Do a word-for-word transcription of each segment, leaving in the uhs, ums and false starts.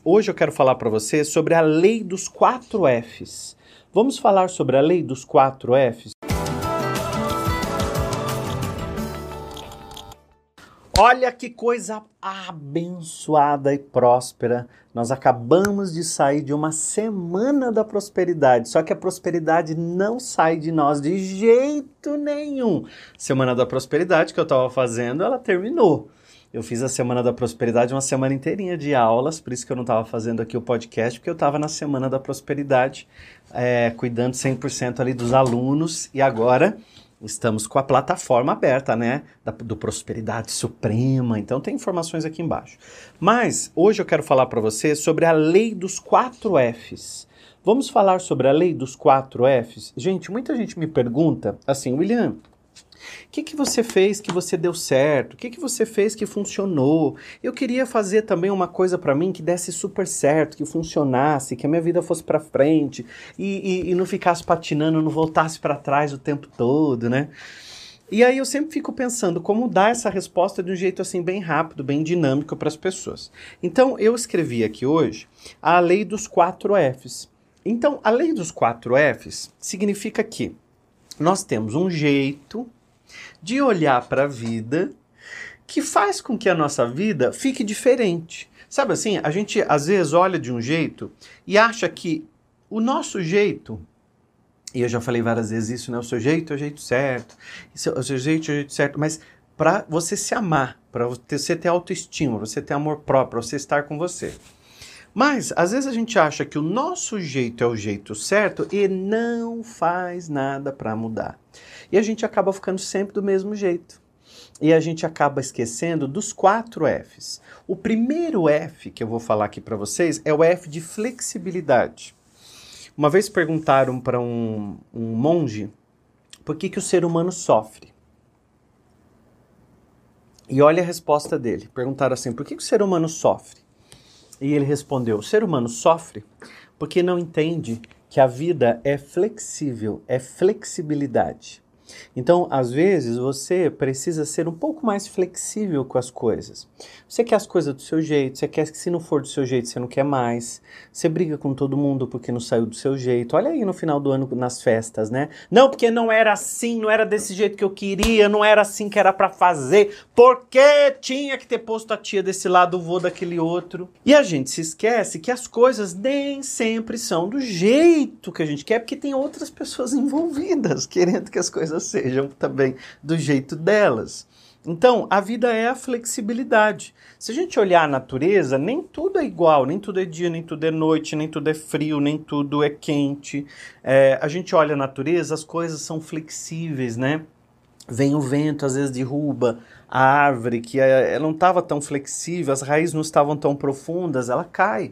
Hoje eu quero falar para você sobre a lei dos quatro Fs. Vamos falar sobre a lei dos quatro Fs? Olha que coisa abençoada e próspera. Nós acabamos de sair de uma semana da prosperidade, só que a prosperidade não sai de nós de jeito nenhum. Semana da prosperidade que eu estava fazendo, ela terminou. Eu fiz a Semana da Prosperidade uma semana inteirinha de aulas, por isso que eu não estava fazendo aqui o podcast, porque eu estava na Semana da Prosperidade, é, cuidando cem por cento ali dos alunos, e agora estamos com a plataforma aberta, né, da, do Prosperidade Suprema, então tem informações aqui embaixo. Mas hoje eu quero falar para você sobre a lei dos quatro Fs. Vamos falar sobre a lei dos quatro Fs? Gente, muita gente me pergunta assim, William, o que, que você fez que você deu certo? O que, que você fez que funcionou? Eu queria fazer também uma coisa para mim que desse super certo, que funcionasse, que a minha vida fosse para frente e, e, e não ficasse patinando, não voltasse para trás o tempo todo, né? E aí eu sempre fico pensando como dar essa resposta de um jeito assim bem rápido, bem dinâmico para as pessoas. Então eu escrevi aqui hoje a lei dos quatro Fs. Então a lei dos quatro Fs significa que nós temos um jeito de olhar para a vida que faz com que a nossa vida fique diferente. Sabe assim, a gente às vezes olha de um jeito e acha que o nosso jeito, e eu já falei várias vezes isso, né? O seu jeito é o jeito certo, o seu jeito é o jeito certo, mas para você se amar, para você ter autoestima, você ter amor próprio, para você estar com você. Mas, às vezes a gente acha que o nosso jeito é o jeito certo e não faz nada para mudar. E a gente acaba ficando sempre do mesmo jeito. E a gente acaba esquecendo dos quatro Fs. O primeiro F que eu vou falar aqui para vocês é o F de flexibilidade. Uma vez perguntaram para um, um monge por que, que o ser humano sofre. E olha a resposta dele. Perguntaram assim, por que, que o ser humano sofre? E ele respondeu, o ser humano sofre porque não entende que a vida é flexível, é flexibilidade. Então, às vezes, você precisa ser um pouco mais flexível com as coisas. Você quer as coisas do seu jeito, você quer que se não for do seu jeito, você não quer mais. Você briga com todo mundo porque não saiu do seu jeito. Olha aí no final do ano nas festas, né? Não, porque não era assim, não era desse jeito que eu queria, não era assim que era pra fazer. Porque tinha que ter posto a tia desse lado, o vô daquele outro. E a gente se esquece que as coisas nem sempre são do jeito que a gente quer, porque tem outras pessoas envolvidas querendo que as coisas sejam também do jeito delas. Então, a vida é a flexibilidade. Se a gente olhar a natureza, nem tudo é igual, nem tudo é dia, nem tudo é noite, nem tudo é frio, nem tudo é quente. É, a gente olha a natureza, as coisas são flexíveis, né? Vem o vento, às vezes derruba a árvore, que ela não estava tão flexível, as raízes não estavam tão profundas, ela cai.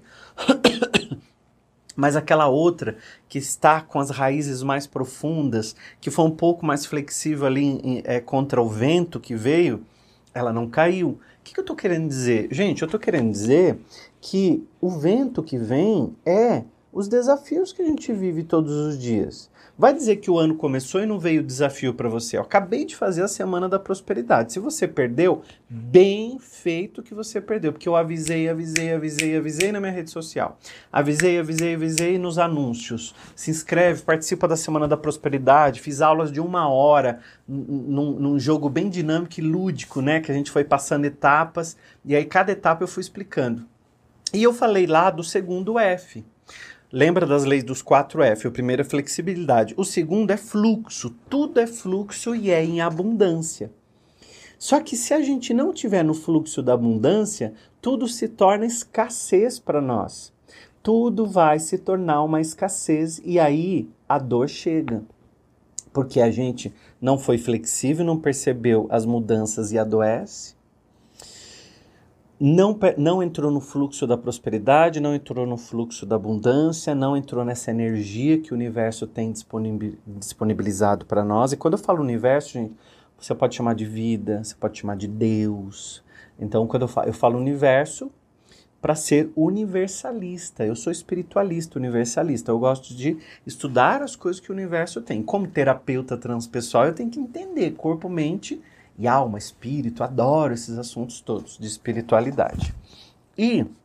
Mas aquela outra que está com as raízes mais profundas, que foi um pouco mais flexível ali em, é, contra o vento que veio, ela não caiu. O que, que eu estou querendo dizer? Gente, eu estou querendo dizer que o vento que vem é os desafios que a gente vive todos os dias. Vai dizer que o ano começou e não veio desafio para você. Eu acabei de fazer a Semana da Prosperidade. Se você perdeu, bem feito que você perdeu, porque eu avisei, avisei, avisei, avisei na minha rede social. Avisei, avisei, avisei nos anúncios. Se inscreve, participa da Semana da Prosperidade. Fiz aulas de uma hora num, num jogo bem dinâmico e lúdico, né? Que a gente foi passando etapas e aí cada etapa eu fui explicando. E eu falei lá do segundo F. Lembra das leis dos quatro F? O primeiro é flexibilidade. O segundo é fluxo. Tudo é fluxo e é em abundância. Só que se a gente não tiver no fluxo da abundância, tudo se torna escassez para nós. Tudo vai se tornar uma escassez e aí a dor chega. Porque a gente não foi flexível, não percebeu as mudanças e adoece. Não, não entrou no fluxo da prosperidade, não entrou no fluxo da abundância, não entrou nessa energia que o universo tem disponibilizado para nós. E quando eu falo universo, gente, você pode chamar de vida, você pode chamar de Deus. Então, quando eu falo, eu falo universo para ser universalista. Eu sou espiritualista, universalista. Eu gosto de estudar as coisas que o universo tem. Como terapeuta transpessoal, eu tenho que entender corpo, mente e alma, espírito. Adoro esses assuntos todos de espiritualidade. E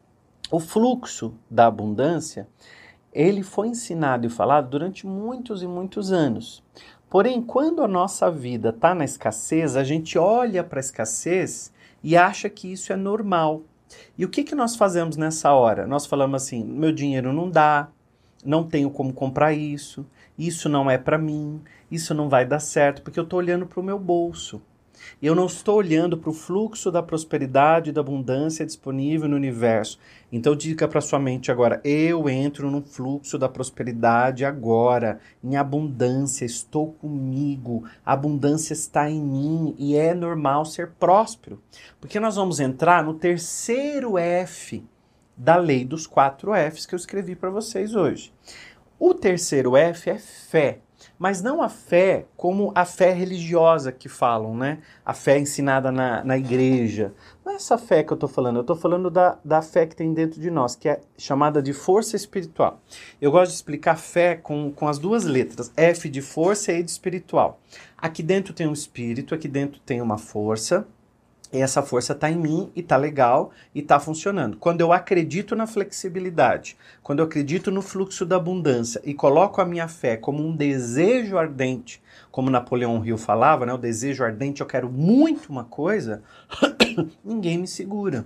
O fluxo da abundância, ele foi ensinado e falado durante muitos e muitos anos. Porém, quando a nossa vida está na escassez, a gente olha para a escassez e acha que isso é normal. E o que, que nós fazemos nessa hora? Nós falamos assim, meu dinheiro não dá, não tenho como comprar isso, isso não é para mim, isso não vai dar certo, porque eu estou olhando para o meu bolso. Eu não estou olhando para o fluxo da prosperidade e da abundância disponível no universo. Então diga para sua mente agora, eu entro no fluxo da prosperidade agora, em abundância, estou comigo, a abundância está em mim e é normal ser próspero. Porque nós vamos entrar no terceiro F da lei dos quatro Fs que eu escrevi para vocês hoje. O terceiro F é fé. Mas não a fé como a fé religiosa que falam, né? A fé ensinada na, na igreja. Não é essa fé que eu estou falando, eu estou falando da, da fé que tem dentro de nós, que é chamada de força espiritual. Eu gosto de explicar fé com, com as duas letras, F de força e E de espiritual. Aqui dentro tem um espírito, aqui dentro tem uma força, e essa força está em mim e está legal e está funcionando. Quando eu acredito na flexibilidade, quando eu acredito no fluxo da abundância e coloco a minha fé como um desejo ardente, como Napoleão Hill falava, né, o desejo ardente, eu quero muito uma coisa, ninguém me segura.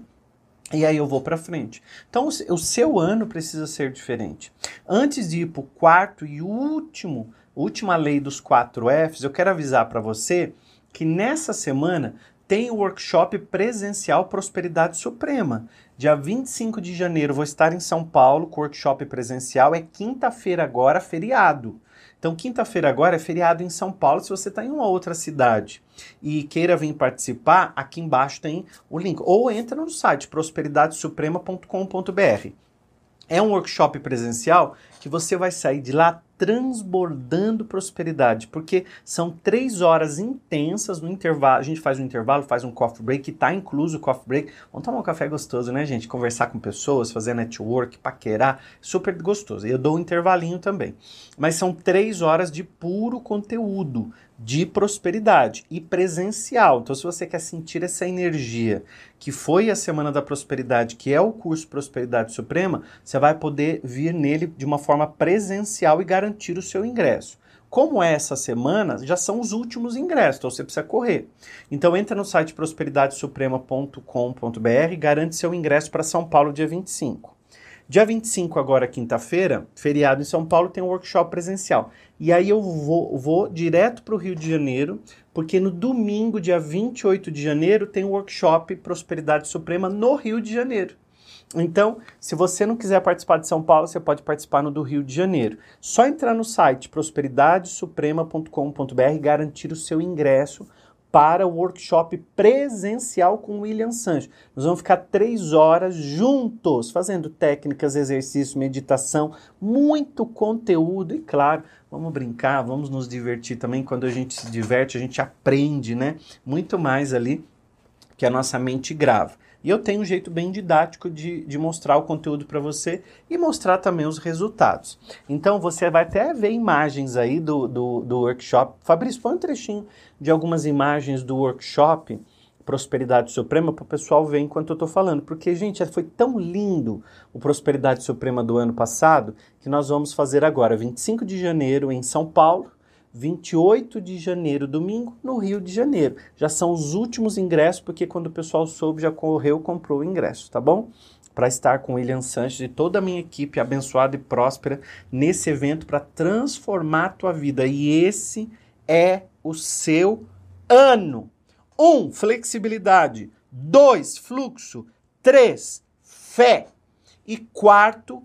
E aí eu vou para frente. Então o seu ano precisa ser diferente. Antes de ir para o quarto e último, última lei dos quatro Fs, eu quero avisar para você que nessa semana tem o workshop presencial Prosperidade Suprema. Dia vinte e cinco de janeiro vou estar em São Paulo com o workshop presencial. É quinta-feira agora, feriado. Então, quinta-feira agora é feriado em São Paulo. Se você está em uma outra cidade e queira vir participar, aqui embaixo tem o link. Ou entra no site prosperidade suprema ponto com ponto b r. É um workshop presencial que você vai sair de lá transbordando prosperidade, porque são três horas intensas no intervalo. A gente faz um intervalo, faz um coffee break, que está incluso o coffee break. Vamos tomar um café gostoso, né, gente? Conversar com pessoas, fazer network, paquerar, super gostoso. Eu dou um intervalinho também. Mas são três horas de puro conteúdo, de prosperidade e presencial. Então, se você quer sentir essa energia que foi a Semana da Prosperidade, que é o curso Prosperidade Suprema, você vai poder vir nele de uma forma presencial e garantir o seu ingresso. Como é essa semana, já são os últimos ingressos, então você precisa correr. Então entra no site prosperidade suprema ponto com ponto b r e garante seu ingresso para São Paulo dia vinte e cinco. Dia vinte e cinco, agora quinta-feira, feriado em São Paulo, tem um workshop presencial. E aí eu vou, vou direto para o Rio de Janeiro, porque no domingo, dia vinte e oito de janeiro, tem um workshop Prosperidade Suprema no Rio de Janeiro. Então, se você não quiser participar de São Paulo, você pode participar no do Rio de Janeiro. Só entrar no site prosperidade suprema ponto com ponto b r e garantir o seu ingresso para o workshop presencial com William Sancho. Nós vamos ficar três horas juntos, fazendo técnicas, exercícios, meditação, muito conteúdo e, claro, vamos brincar, vamos nos divertir também. Quando a gente se diverte, a gente aprende, né? Muito mais ali que a nossa mente grava. E eu tenho um jeito bem didático de, de mostrar o conteúdo para você e mostrar também os resultados. Então você vai até ver imagens aí do, do, do workshop. Fabrício, põe um trechinho de algumas imagens do workshop Prosperidade Suprema para o pessoal ver enquanto eu estou falando. Porque, gente, foi tão lindo o Prosperidade Suprema do ano passado que nós vamos fazer agora, vinte e cinco de janeiro em São Paulo, vinte e oito de janeiro, domingo, no Rio de Janeiro. Já são os últimos ingressos, porque quando o pessoal soube, já correu, comprou o ingresso, tá bom? Para estar com o William Sanches e toda a minha equipe abençoada e próspera nesse evento para transformar a tua vida. E esse é o seu ano. Um, flexibilidade. Dois, fluxo. Três, fé. E quarto,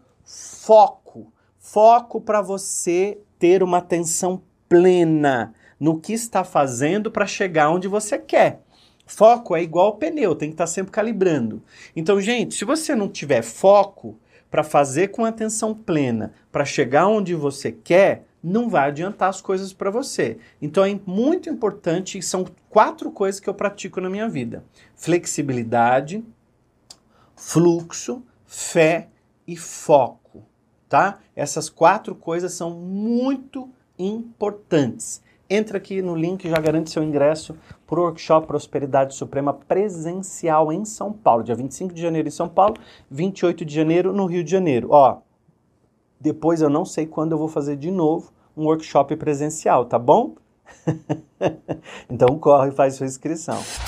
foco. Foco para você ter uma atenção plena no que está fazendo para chegar onde você quer. Foco é igual ao pneu, tem que estar sempre calibrando. Então, gente, se você não tiver foco para fazer com atenção plena, para chegar onde você quer, não vai adiantar as coisas para você. Então, é muito importante, são quatro coisas que eu pratico na minha vida. Flexibilidade, fluxo, fé e foco, tá? Essas quatro coisas são muito importantes. entra aqui no link e já garante seu ingresso para o workshop Prosperidade Suprema presencial em São Paulo, dia vinte e cinco de janeiro em São Paulo, vinte e oito de janeiro no Rio de Janeiro. Ó, depois eu não sei quando eu vou fazer de novo um workshop presencial, tá bom? Então corre e faz sua inscrição.